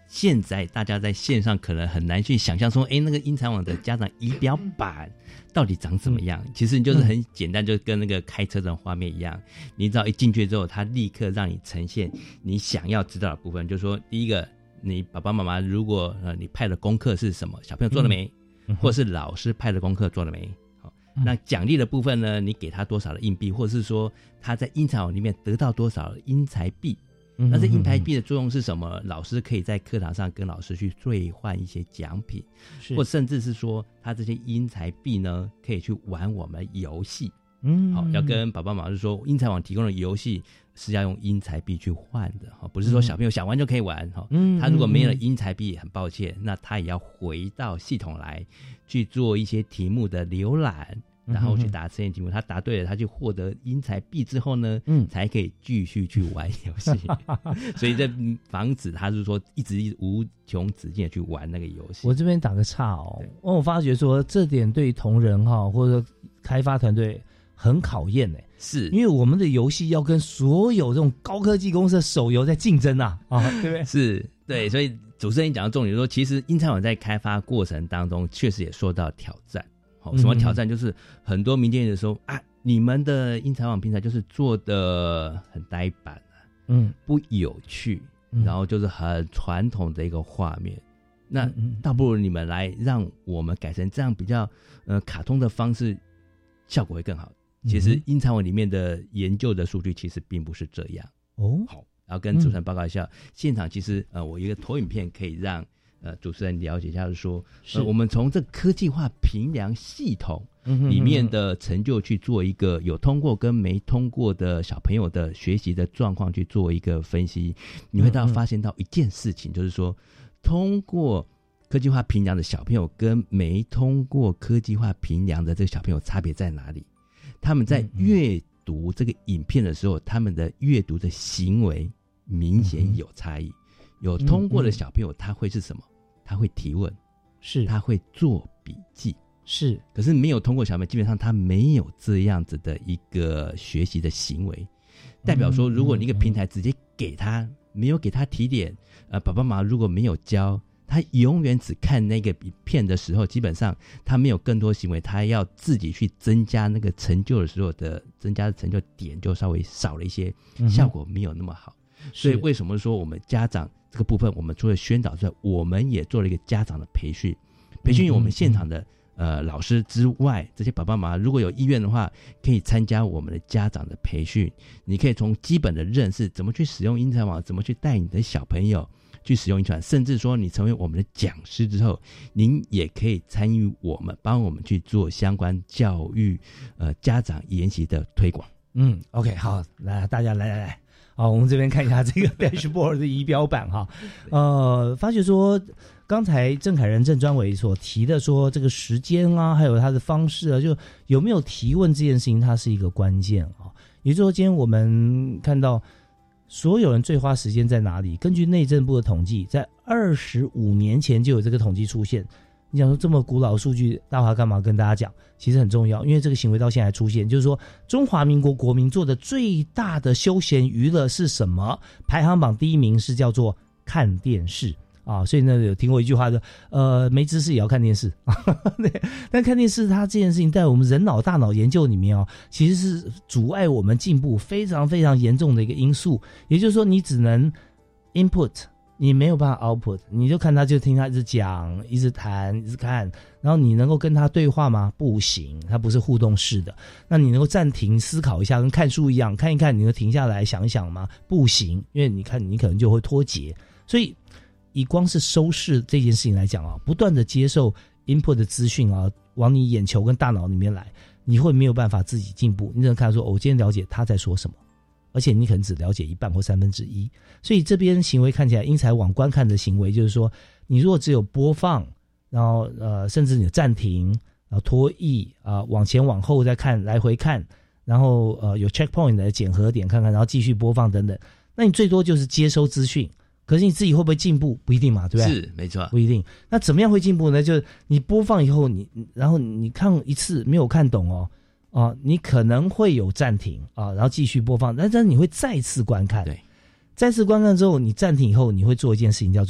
现在大家在线上可能很难去想象说，哎，那个因材网的家长仪表板到底长怎么样？其实你就是很简单，就跟那个开车的画面一样，你只要一进去之后，它立刻让你呈现你想要知道的部分，就是说，第一个，你爸爸妈妈如果呃你派的功课是什么，小朋友做了没？嗯、或者是老师派的功课做了没？好，那奖励的部分呢，你给他多少的硬币，或者是说他在因材网里面得到多少的因材币？那这因材币的作用是什么？老师可以在课堂上跟老师去兑换一些奖品，或甚至是说他这些因材币呢，可以去玩我们游戏。嗯，好，要跟爸爸妈妈就说，因材网提供的游戏是要用因材币去换的，哈，不是说小朋友想玩就可以玩，哈。嗯，他如果没有了因材币，很抱歉，那他也要回到系统来去做一些题目的浏览。然后去答测验题目，他答对了，他就获得因材币之后呢，嗯，才可以继续去玩游戏。所以这防止他是说一直一直无穷止境的去玩那个游戏。 我这边打个岔哦，我发觉说这点对同仁哈或者开发团队很考验呢， 是因为我们的游戏要跟所有这种高科技公司的手游在竞争啊，啊，对不对？ 是，对，所以主持人讲的重点说，其实因材网在开发过程当中确实也受到挑战。什么挑战？就是很多民间人说啊，你们的因材网平台就是做的很呆板啊，嗯，不有趣，嗯、然后就是很传统的一个画面。那倒不如你们来让我们改成这样比较呃卡通的方式，效果会更好。其实因材网里面的研究的数据其实并不是这样哦。好，然后跟主持人报告一下，嗯、现场其实呃我一个投影片可以让。呃，主持人了解一下，就是说，是呃、我们从这科技化评量系统里面的成就去做一个有通过跟没通过的小朋友的学习的状况去做一个分析，你会到发现到一件事情，就是说，通过科技化评量的小朋友跟没通过科技化评量的这个小朋友差别在哪里？他们在阅读这个影片的时候，他们的阅读的行为明显有差异。有通过的小朋友，他会是什么？他会提问， 是他会做笔记， 是。 可是没有通过小朋友，基本上他没有这样子的一个学习的行为，代表说，如果你一个平台直接给他，没有给他提点，呃，爸爸妈妈如果没有教，他永远只看那个影片的时候，基本上他没有更多行为，他要自己去增加那个成就的时候的增加的成就点就稍微少了一些，效果没有那么好。嗯、所以为什么说我们家长这个部分，我们除了宣导之外，我们也做了一个家长的培训，培训我们现场的、嗯嗯、呃老师之外，这些爸爸妈妈如果有意愿的话，可以参加我们的家长的培训。你可以从基本的认识，怎么去使用因材网，怎么去带你的小朋友去使用因材网，甚至说你成为我们的讲师之后，您也可以参与我们，帮我们去做相关教育呃家长研习的推广。 嗯 ，OK， 好，来大家来来来。好，我们这边看一下这个 dashboard 的仪表板哈，呃，发觉说刚才郑凯仁郑专委所提的说这个时间啊，还有他的方式啊，就有没有提问这件事情，它是一个关键啊。也就是说，今天我们看到所有人最花时间在哪里？根据内政部的统计，在二十五年前就有这个统计出现。你想说这么古老的数据，大华干嘛跟大家讲？其实很重要，因为这个行为到现在还出现，就是说中华民国国民做的最大的休闲娱乐是什么？排行榜第一名是叫做看电视啊，所以呢有听过一句话的，呃，没知识也要看电视。对，但看电视它这件事情在我们人脑大脑研究里面哦，其实是阻碍我们进步非常非常严重的一个因素。也就是说，你只能 input。你没有办法 output， 你就看他就听他一直讲一直谈一直看，然后你能够跟他对话吗？不行，他不是互动式的。那你能够暂停思考一下，跟看书一样，看一看你能停下来想一想吗？不行，因为你看你可能就会脱节。所以以光是收视这件事情来讲啊，不断的接受 input 的资讯啊，往你眼球跟大脑里面来，你会没有办法自己进步。你只能看说、哦、我今天了解他在说什么，而且你可能只了解一半或三分之一，所以这边行为看起来因材网观看的行为就是说，你如果只有播放，然后呃甚至你暂停，然后拖曳啊、呃、往前往后再看来回看，然后呃有 checkpoint 的检核点看看，然后继续播放等等，那你最多就是接收资讯，可是你自己会不会进步不一定嘛，对不对？ 是没错， 不一定。那怎么样会进步呢？就是你播放以后，你然后你看一次没有看懂哦。啊、呃，你可能会有暂停啊、呃，然后继续播放，但是你会再次观看。 对， 再次观看之后，你暂停以后，你会做一件事情叫做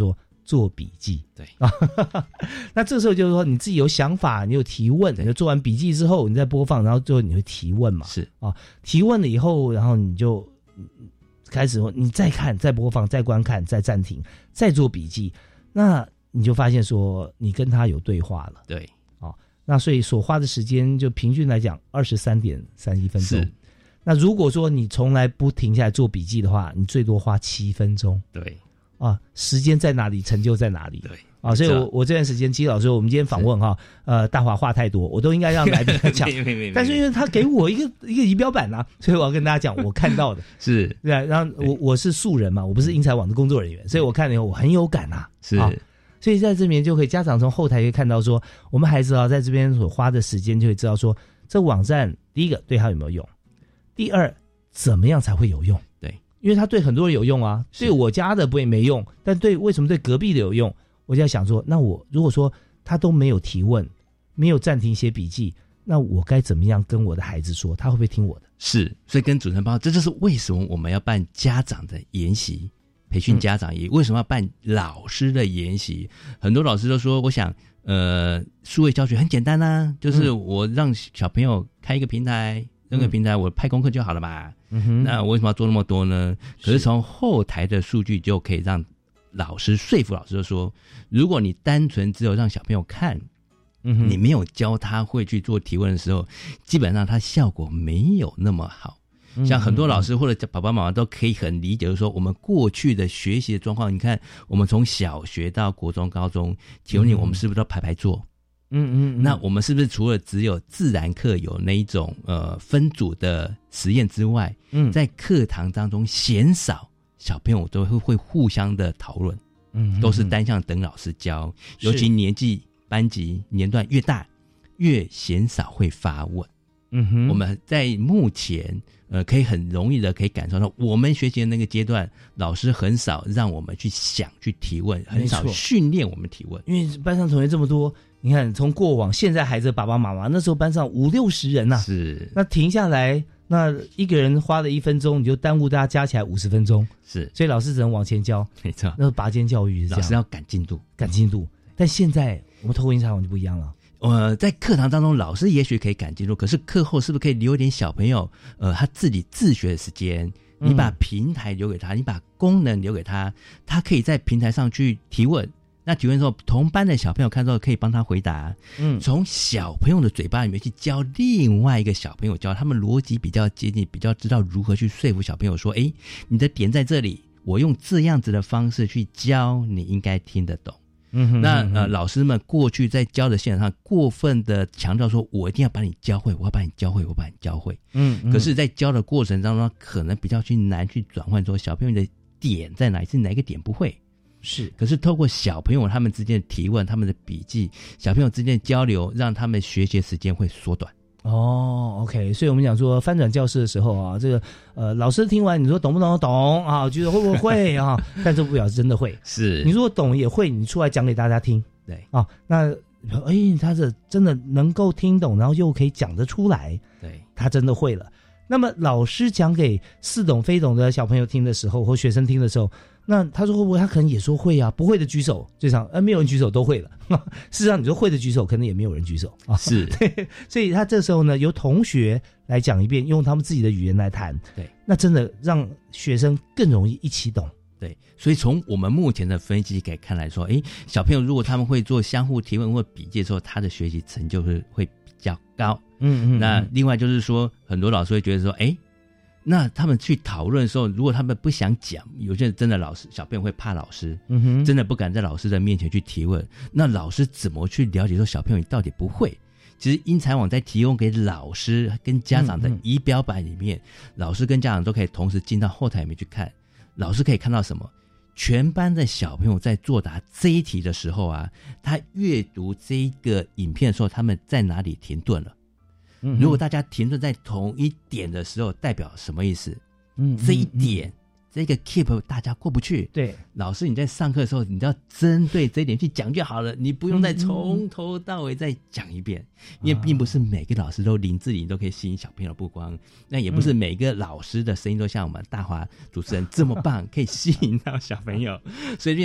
做笔记。 对啊，那这时候就是说你自己有想法，你有提问，你就做完笔记之后，你再播放，然后最后你会提问嘛？ 是啊，提问了以后，然后你就开始你再看、再播放、再观看、再暂停、再做笔记，那你就发现说你跟他有对话了。 对， 啊，那所以所花的时间就平均来讲二十三点三一分钟。 是。 那如果说你从来不停下来做笔记的话，你最多花七分钟。 对， 啊，时间在哪里，成就在哪里。 对， 啊，所以我我这段时间，其实老师，我们今天访问哈，呃，大华话太多，我都应该让来宾讲。但是因为他给我一个一个仪表板啊，所以我要跟大家讲我看到的。 是， 对啊，然后我我是素人嘛，我不是英才网的工作人员，所以我看了以后我很有感啊。 是。 啊，所以在这边就可以，家长从后台可以看到说，我们孩子啊，在这边所花的时间，就会知道说，这网站第一个对他有没有用，第二怎么样才会有用。 对， 因为他对很多人有用啊，对我家的不会没用，但对为什么对隔壁的有用？我就在想说，那我如果说他都没有提问，没有暂停写笔记，那我该怎么样跟我的孩子说？他会不会听我的？ 是，所以跟主持人报告，这就是为什么我们要办家长的研习。培训家长也为什么要办老师的研习？很多老师都说，我想，呃，数位教学很简单啊，就是我让小朋友开一个平台，那个平台我拍功课就好了嘛。嗯哼，那我为什么要做那么多呢？可是从后台的数据就可以让老师说服老师说，如果你单纯只有让小朋友看，嗯，你没有教他会去做提问的时候，基本上他效果没有那么好。像很多老师或者爸爸妈妈都可以很理解，就是说我们过去的学习的状况，你看我们从小学到国中、高中，请问你我们是不是都排排坐？嗯嗯，那我们是不是除了只有自然课有那一种呃分组的实验之外，嗯，在课堂当中鲜少小朋友都会会互相的讨论，嗯，都是单向等老师教，尤其年纪班级年段越大，越鲜少会发问。嗯哼，我们在目前呃可以很容易的可以感受到，我们学习的那个阶段，老师很少让我们去想去提问，很少训练我们提问。 因为班上同学这么多，你看从过往现在孩子的爸爸妈妈那时候班上五六十人呐、啊， 是那停下来，那一个人花了一分钟，你就耽误大家加起来五十分钟， 是， 所以老师只能往前教， 没错， 那拔尖教育是这样， 老师要赶进度， 赶进度。但现在我们透过英才网就不一样了。 呃，在课堂当中，老师也许可以赶进度，可是课后是不是可以留一点小朋友呃他自己自学的时间？你把平台留给他，你把功能留给他，他可以在平台上去提问。那提问之后，同班的小朋友看到可以帮他回答。嗯，从小朋友的嘴巴里面去教另外一个小朋友，教他们逻辑比较接近，比较知道如何去说服小朋友说：“哎，你的点在这里，我用这样子的方式去教，你应该听得懂。”嗯哼，那呃，老师们过去在教的现场上过分的强调说，我一定要把你教会，我要把你教会，我把你教会。嗯，嗯可是，在教的过程当中，可能比较去难去转换说，小朋友的点在哪里，是哪一个点不会？是，可是透过小朋友他们之间的提问，他们的笔记，小朋友之间的交流，让他们学习的时间会缩短。 哦 ，OK， 所以我们讲说翻转教室的时候啊，这个呃，老师听完你说懂不懂？懂啊，觉得会不会啊？但这不表示真的会。 是， 你如果懂也会，你出来讲给大家听。 对啊，那哎，他这真的能够听懂，然后又可以讲得出来， 对， 他真的会了。那么老师讲给似懂非懂的小朋友听的时候，或学生听的时候，那他说会不会？他可能也说会啊，不会的举手，最常呃没有人举手都会了。事实上，你说会的举手，可能也没有人举手啊。 是， 对，所以他这时候呢，由同学来讲一遍，用他们自己的语言来谈， 对， 那真的让学生更容易一起懂。 对，所以从我们目前的分析可以看来说，诶，小朋友如果他们会做相互提问或笔记的时候，他的学习成就会会比较高。嗯嗯。那另外就是说，很多老师会觉得说，诶，那他们去讨论的时候，如果他们不想讲，有些人真的老师小朋友会怕老师，嗯哼，真的不敢在老师的面前去提问。那老师怎么去了解说小朋友你到底不会？其实英才网在提供给老师跟家长的仪表板里面，嗯嗯老师跟家长都可以同时进到后台里面去看。老师可以看到什么？全班的小朋友在作答这一题的时候啊，他阅读这一个影片的时候，他们在哪里停顿了？嗯，如果大家停顿在同一点的时候，代表什么意思？嗯，这一点，嗯、这个 keep 大家过不去。 对， 老师你在上课的时候，你要针对这一点去讲就好了，你不用再从头到尾再讲一遍，嗯、因为并不是每个老师都林志玲都可以吸引小朋友的目光，那也不是每个老师的声音都像我们大华主持人这么棒，可以吸引到小朋友。所以变成说，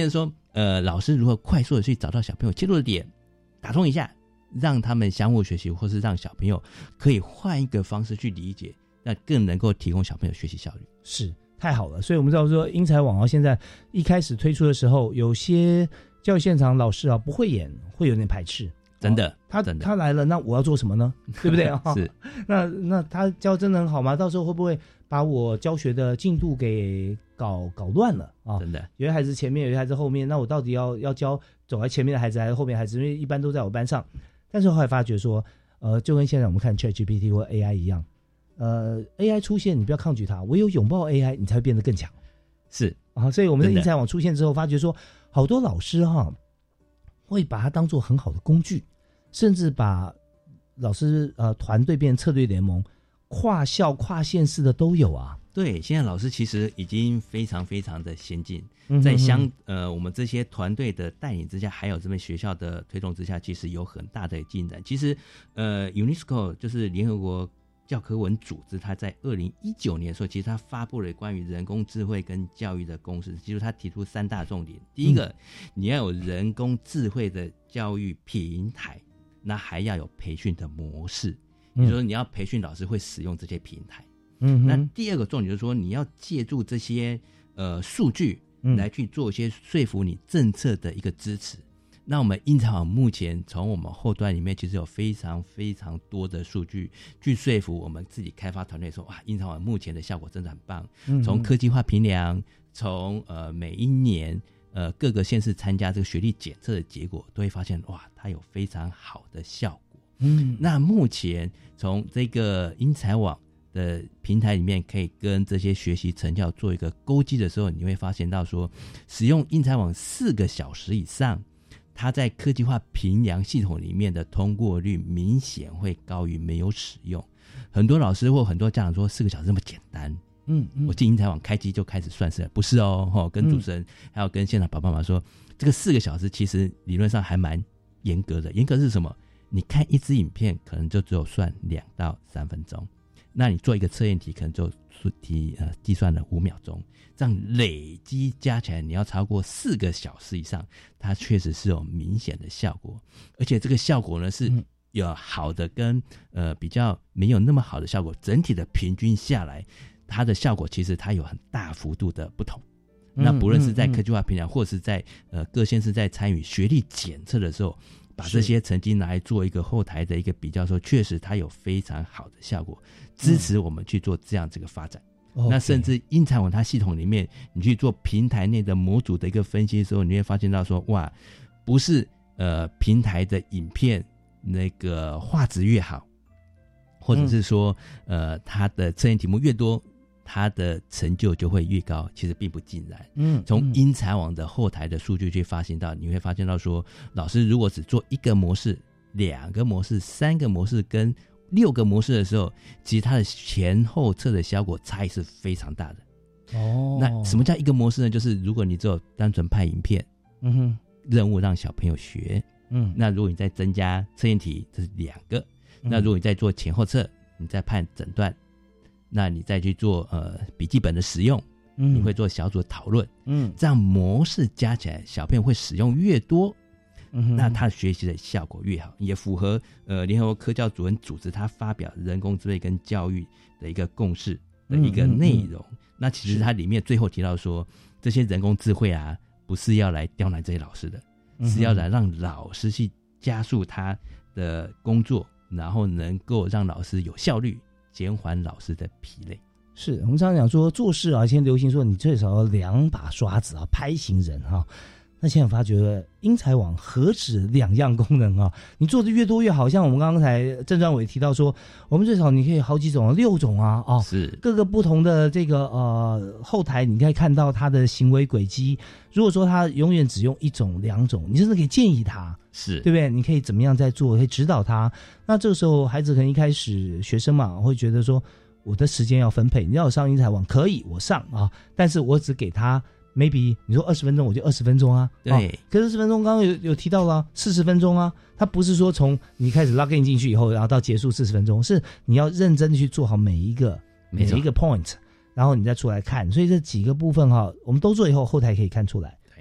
呃，老师如何快速的去找到小朋友切入的点，打通一下，让他们相互学习，或是让小朋友可以换一个方式去理解，那更能够提供小朋友学习效率。 是，太好了。所以我们知道说英才网啊，现在一开始推出的时候，有些教育现场老师啊不会演，会有点排斥。 真的， 哦、他真的他来了，那我要做什么呢？对不对啊？ 是， 那那他教真的很好吗？到时候会不会把我教学的进度给搞搞乱了啊？ 真的， 有些孩子前面，有些孩子后面，那我到底要要教走在前面的孩子还是后面的孩子？因为一般都在我班上，但是后来发觉说，呃，就跟现在我们看 ChatGPT 或 A I 一样，呃 ，A I 出现，你不要抗拒它，唯有拥抱 A I， 你才会变得更强。 是啊，所以我们的英才网出现之后，发觉说，好多老师哈会把它当作很好的工具。甚至把老师呃团队变成策略联盟，跨校跨县市的都有啊。 对，现在老师其实已经非常非常的先进， 嗯、 在相呃我们这些团队的带领之下，还有这边学校的推动之下，其实有很大的进展。其实呃 UNESCO 就是联合国教科文组织，它在二零一九年的时候，其实它发布了关于人工智慧跟教育的公式，其实它提出三大重点。第一个，嗯、你要有人工智慧的教育平台。那还要有培训的模式，也就是说你要培训老师会使用这些平台。 嗯， 那第二个重点就是说你要借助这些呃数据来去做一些说服你政策的一个支持。嗯、那我们英才网目前从我们后端里面其实有非常非常多的数据去说服我们自己开发团队说，哇，英才网目前的效果真的很棒。嗯、从科技化评量，从呃每一年。呃，各个县市参加这个学历检测的结果，都会发现哇，它有非常好的效果。嗯，那目前从这个英才网的平台里面，可以跟这些学习成效做一个勾稽的时候，你会发现到说，使用英才网四个小时以上，它在科技化评量系统里面的通过率明显会高于没有使用。很多老师或很多家长说，四个小时这么简单。嗯, 嗯，我进英才网开机就开始算是不是哦？吼，跟主持人、嗯、还有跟现场爸爸妈妈说，这个四个小时其实理论上还蛮严格的。严格是什么？你看一支影片可能就只有算两到三分钟，那你做一个测验题可能就题呃计算了五秒钟，这样累积加起来，你要超过四个小时以上，它确实是有明显的效果，而且这个效果呢是有好的跟呃比较没有那么好的效果，整体的平均下来。它的效果其实它有很大幅度的不同，嗯、那不论是在科技化评量，嗯嗯、或是在呃各县市在参与学历检测的时候，把这些成绩拿来做一个后台的一个比较的时候，确实它有非常好的效果，支持我们去做这样这个发展。嗯、那甚至英才网它系统里面，你去做平台内的模组的一个分析的时候，你会发现到说，哇，不是呃平台的影片那个画质越好，或者是说、嗯、呃它的测验题目越多。它的成就就会越高，其实并不尽然。嗯，从英才网的后台的数据去发现到，你会发现到说，老师如果只做一个模式、两个模式、三个模式跟六个模式的时候，其实它的前后测的效果差异是非常大的。哦，那什么叫一个模式呢？就是如果你只有单纯拍影片，嗯哼，任务让小朋友学，嗯，那如果你再增加测验题，这是两个。嗯、那如果你再做前后测，你再判诊断。那你再去做呃笔记本的使用，嗯，你会做小组的讨论，嗯，这样模式加起来，小朋友会使用越多，嗯，那他学习的效果越好，也符合呃联合国科教主任组织他发表人工智慧跟教育的一个共识的一个内容。嗯嗯嗯、那其实它里面最后提到说，这些人工智慧啊，不是要来刁难这些老师的，嗯、是要来让老师去加速他的工作，然后能够让老师有效率。减缓老师的疲累。 是我们常常讲说做事啊，现在流行说你最少要两把刷子啊，拍型人哈、啊。那现在我发觉英才网何止两样功能啊，你做的越多越好。像我们刚才郑专委提到说，我们最少你可以好几种，六种啊，哦， 是各个不同的这个呃后台，你可以看到他的行为轨迹。如果说他永远只用一种、两种，你甚至可以建议他， 是对不对？你可以怎么样在做，可以指导他。那这个时候孩子可能一开始学生嘛，会觉得说我的时间要分配，你要我上英才网可以，我上啊，但是我只给他。maybe 你说二十分钟我就二十分钟啊， 对， 哦、可是二十分钟刚刚有有提到了四十分钟啊，它不是说从你开始 login 进去以后，然后到结束四十分钟，是你要认真的去做好每一个每一个 point， 然后你再出来看，所以这几个部分哈，我们都做以后，后台可以看出来。对，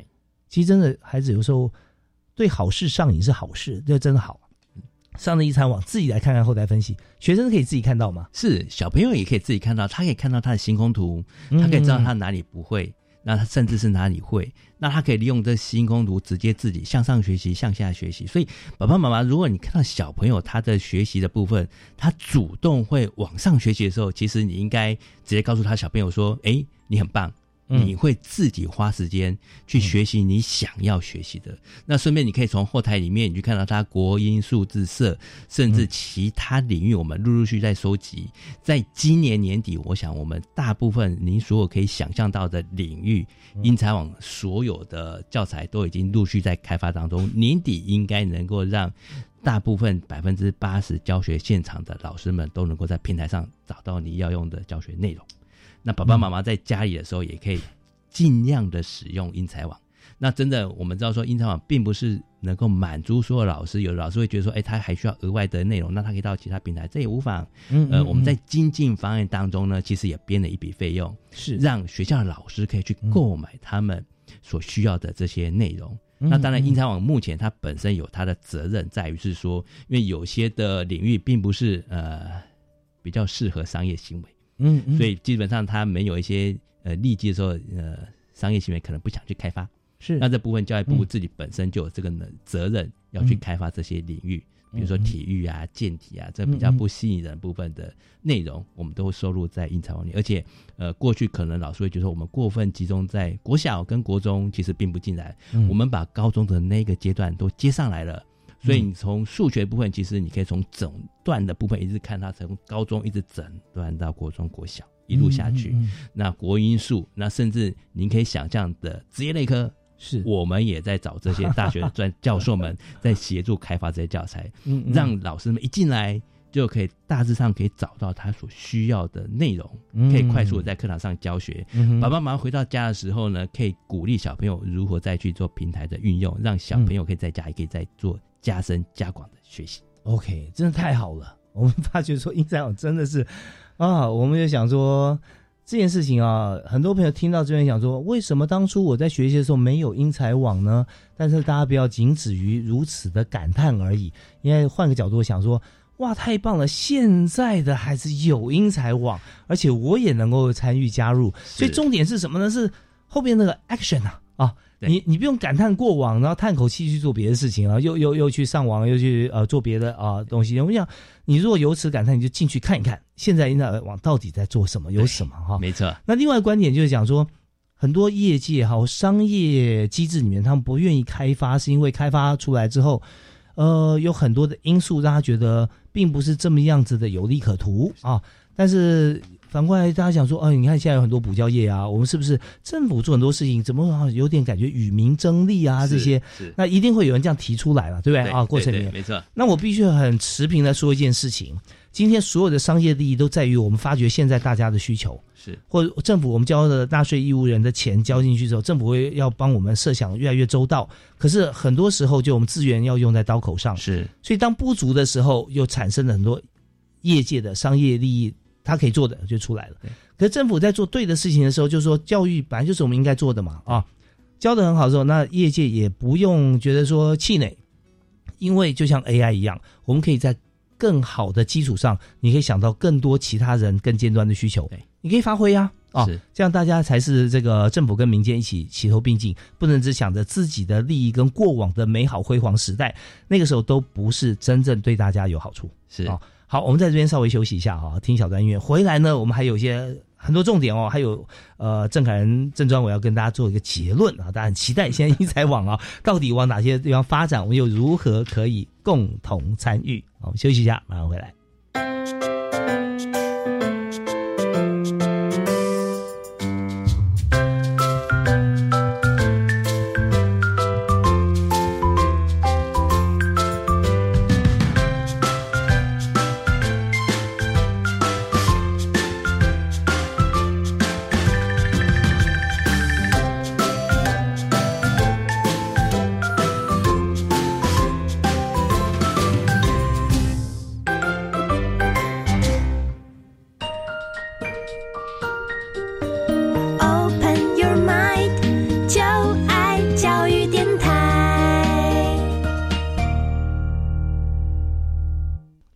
其实真的孩子有时候对好事上瘾是好事，这真的好。上了一餐网自己来看看后台分析，学生可以自己看到吗？ 是，小朋友也可以自己看到，他可以看到他的星空图，他可以知道他哪里不会，嗯、那他甚至是哪里会，那他可以利用这星空图直接自己向上学习向下学习。所以爸爸妈妈，如果你看到小朋友他的学习的部分，他主动会往上学习的时候，其实你应该直接告诉他小朋友说，诶，你很棒，你会自己花时间去学习你想要学习的。嗯、那顺便你可以从后台里面你去看到他国英数自社甚至其他领域，我们陆陆续续在收集。在今年年底，我想我们大部分您所有可以想象到的领域，英才网所有的教材都已经陆续在开发当中。年底应该能够让大部分百分之八十教学现场的老师们都能够在平台上找到你要用的教学内容。那爸爸妈妈在家里的时候也可以尽量的使用英才网。那真的我们知道说英才网并不是能够满足所有老师，有的老师会觉得说，哎，他还需要额外的内容，那他可以到其他平台，这也无妨。嗯, 嗯, 嗯呃，我们在精进方案当中呢，其实也编了一笔费用，是让学校的老师可以去购买他们所需要的这些内容。嗯、那当然英才网目前它本身有它的责任，在于是说，因为有些的领域并不是呃比较适合商业行为。嗯, 嗯，所以基本上他没有一些呃利基的时候，呃，商业行为可能不想去开发。是，那这部分教育部自己本身就有这个责任要去开发这些领域，嗯、比如说体育啊、健体啊，这比较不吸引人部分的内容，我们都会收录在英才网里。而且，呃，过去可能老师会觉得我们过分集中在国小跟国中，其实并不进来，嗯、我们把高中的那个阶段都接上来了。所以你从数学部分，其实你可以从整段的部分一直看它从高中一直整段到国中国小一路下去。嗯嗯嗯、那国英数，那甚至您可以想象的职业类科，是我们也在找这些大学专教授们在协助开发这些教材，嗯嗯让老师们一进来就可以大致上可以找到他所需要的内容，嗯、可以快速的在课堂上教学。嗯、爸爸妈妈回到家的时候呢，可以鼓励小朋友如何再去做平台的运用，让小朋友可以在家也可以再做加深加广的学习。 OK， 真的太好了。我们发觉说英才网真的是啊，我们就想说这件事情啊，很多朋友听到这边想说，为什么当初我在学习的时候没有英才网呢？但是大家不要仅止于如此的感叹而已，因为换个角度想说，哇，太棒了，现在的孩子有英才网，而且我也能够参与加入。所以重点是什么呢？是后边那个 action 啊啊！你你不用感叹过往，然后叹口气去做别的事情啊，又又又去上网，又去呃做别的啊、呃、东西。我想，你如果由此感叹，你就进去看一看，现在英才网到底在做什么，有什么哈？ 没错。 那另外观点就是讲说，很多业界哈商业机制里面，他们不愿意开发，是因为开发出来之后，呃，有很多的因素让他觉得并不是这么样子的有利可图啊。但是反过来大家想说，哦，你看现在有很多补教业啊，我们是不是政府做很多事情怎么有点感觉与民争利啊，这些那一定会有人这样提出来了，对不对？ 对啊，过程里面没错。 那我必须很持平的说一件事情，今天所有的商业利益都在于我们发掘现在大家的需求，是或者政府我们交的纳税义务人的钱交进去之后，政府会要帮我们设想越来越周到，可是很多时候就我们资源要用在刀口上，是，所以当不足的时候又产生了很多业界的商业利益，他可以做的就出来了。可是政府在做对的事情的时候，就说教育本来就是我们应该做的嘛，啊，教得很好的时候，那业界也不用觉得说气馁，因为就像 A I 一样，我们可以在更好的基础上，你可以想到更多其他人更尖端的需求，你可以发挥啊，啊，这样大家才是这个政府跟民间一起齐头并进，不能只想着自己的利益跟过往的美好辉煌时代，那个时候都不是真正对大家有好处，是啊。好，我们在这边稍微休息一下哈，听小段音乐。回来呢，我们还有一些很多重点哦，还有呃郑凯仁郑专委要跟大家做一个结论啊，大家很期待现在英才网啊到底往哪些地方发展，我们又如何可以共同参与？好，我们休息一下，马上回来。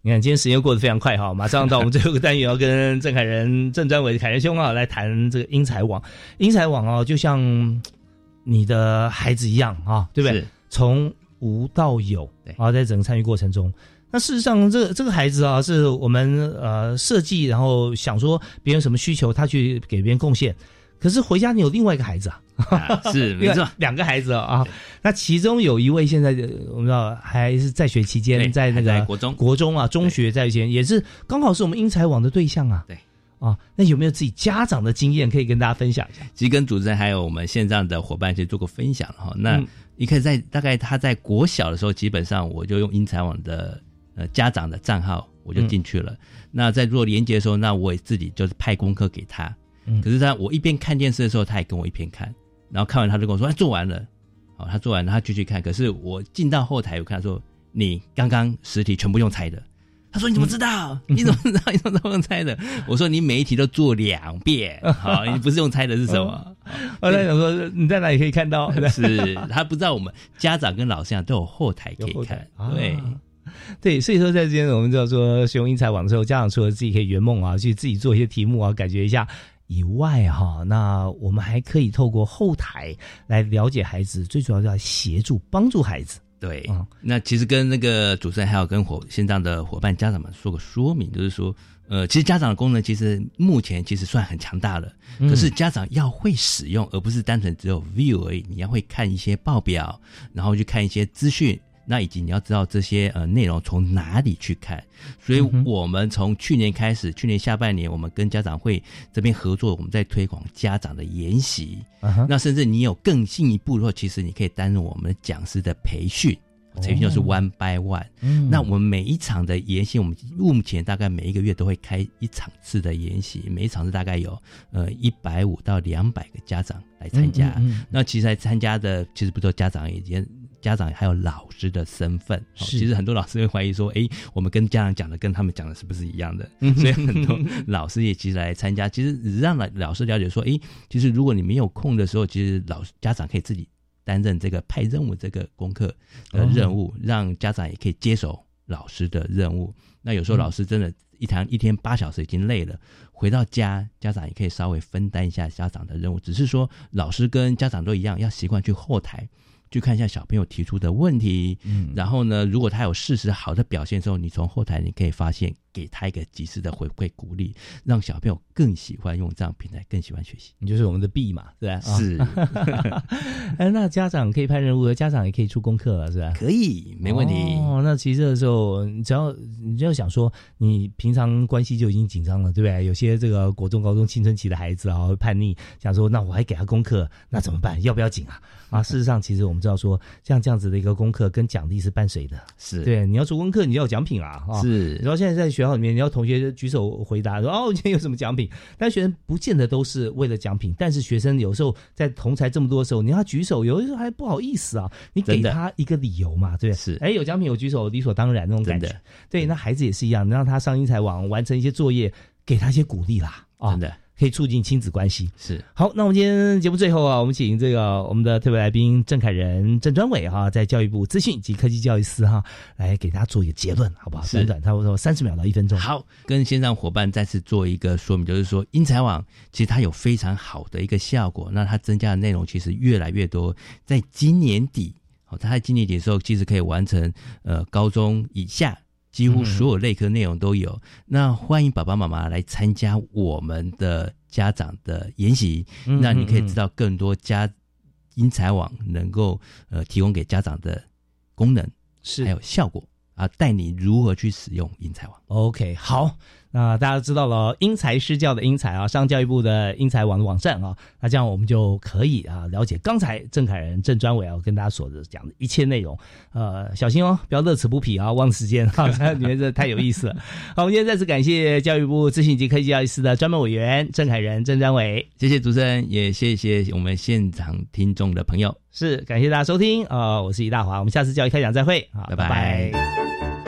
你看今天时间过得非常快哈，马上到我们最后一个单元，要跟郑凯仁、郑专伟、凯仁兄啊来谈这个英才网。英才网啊，就像你的孩子一样啊，对不对？从无到有啊，在整个参与过程中。那事实上，这个这个孩子啊，是我们呃设计，然后想说别人有什么需求，他去给别人贡献。可是回家你有另外一个孩子啊， 啊是没错， 两个孩子啊。那其中有一位现在我们知道还是在学期间，在那个国中国中啊，中学在学也是刚好是我们英才网的对象啊。 对啊，那有没有自己家长的经验可以跟大家分享一下？ 其实跟主持人还有我们线上的伙伴其实做过分享哈。那一开始在大概他在国小的时候，基本上我就用英才网的呃家长的账号我就进去了。嗯、那在做连结的时候，那我也自己就是派功课给他。嗯、可是他我一边看电视的时候，他也跟我一边看，然后看完他就跟我说：“哎，做完了。”好，他做完了，他继续看。可是我进到后台，我看他说：“你刚刚十题全部用猜的。”他说：“你怎么知道？嗯、你怎么知道？你怎么用猜的？”我说：“你每一题都做两遍。好，你不是用猜的是什么？” 我在想说你在哪里可以看到？ 是他不知道我们家长跟老师都有后台可以看。对。 啊对，所以说在这边我们就说使用英才网的时候，家长除了自己可以圆梦啊，去自己做一些题目啊，感觉一下以外哈，那我们还可以透过后台来了解孩子，最主要是要协助帮助孩子。 对，嗯，那其实跟那个主持人还有跟伙线上的伙伴家长们说个说明，就是说，呃，其实家长的功能其实目前其实算很强大了，嗯、可是家长要会使用，而不是单纯只有 view 而已，你要会看一些报表，然后去看一些资讯。那以及你要知道这些呃内容从哪里去看，所以我们从去年开始，去年下半年我们跟家长会这边合作，我们在推广家长的研习。Uh-huh. 那甚至你有更进一步的话，其实你可以担任我们的讲师的培训。培训就是 one by one、嗯、那我们每一场的研习，我们目前大概每一个月都会开一场次的研习，每一场次大概有呃一百五到两百个家长来参加、嗯嗯嗯、那其实来参加的其实不都家长以前家长还有老师的身份、哦、其实很多老师会怀疑说诶我们跟家长讲的跟他们讲的是不是一样的、嗯、所以很多老师也其实来参加，其实让老师了解说诶其实如果你没有空的时候，其实老师家长可以自己担任这个派任务这个功课的任务、哦、让家长也可以接手老师的任务。那有时候老师真的一堂一天八小时已经累了，回到家家长也可以稍微分担一下家长的任务，只是说老师跟家长都一样要习惯去后台去看一下小朋友提出的问题、嗯、然后呢如果他有事实好的表现的时候，你从后台你可以发现给他一个及时的回馈鼓励，让小朋友更喜欢用这样平台，更喜欢学习。 你就是我们的 B 嘛，是吧？ 是。 哎，那家长可以派任务，家长也可以出功课了，是吧？ 可以，没问题。 哦，那其实这个时候，你只要你只要想说，你平常关系就已经紧张了，对不对？有些这个国中、高中青春期的孩子啊，会叛逆，想说，那我还给他功课，那怎么办？要不要紧啊？啊，事实上，其实我们知道说，像这样子的一个功课跟奖励是伴随的， 是对。你要出功课，你要有奖品啊，啊是。 然后现在在学校里面，你要同学举手回答说，哦，今天有什么奖品？但学生不见得都是为了奖品，但是学生有时候在同侪这么多的时候，你要他举手，有的时候还不好意思啊，你给他一个理由嘛，对不对？ 是。 哎，有奖品我举手，理所当然那种感觉。对，那孩子也是一样，让他上英才网完成一些作业，给他一些鼓励啦，啊， 真的。 可以促进亲子关系。 是。 好，那我们今天节目最后啊，我们请这个我们的特别来宾郑凯仁郑专伟哈、啊，在教育部资讯及科技教育司哈、啊，来给大家做一个结论，好不好？短短差不多三十秒到一分钟。 好，跟线上伙伴再次做一个说明，就是说英才网其实它有非常好的一个效果，那它增加的内容其实越来越多，在今年底，好，它在今年底的时候，其实可以完成呃高中以下。几乎所有类科内容都有、嗯、那欢迎爸爸妈妈来参加我们的家长的研习、嗯、那你可以知道更多家英才网能够呃提供给家长的功能是还有效果啊，带你如何去使用英才网。 OK， 好，那大家知道了因材施教的因材啊，上教育部的因材网的网站啊，那这样我们就可以啊了解刚才郑凯仁郑专伟啊跟大家所讲的一切内容。呃，小心哦，不要乐此不疲啊，忘时间啊，你们这太有意思了。好，我们今天再次感谢教育部资讯及科技教育司的专门委员郑凯仁郑专伟， 谢谢主持人，也谢谢我们现场听众的朋友， 是感谢大家收听啊、呃，我是李大华，我们下次教育开讲再会，好，拜拜。拜拜。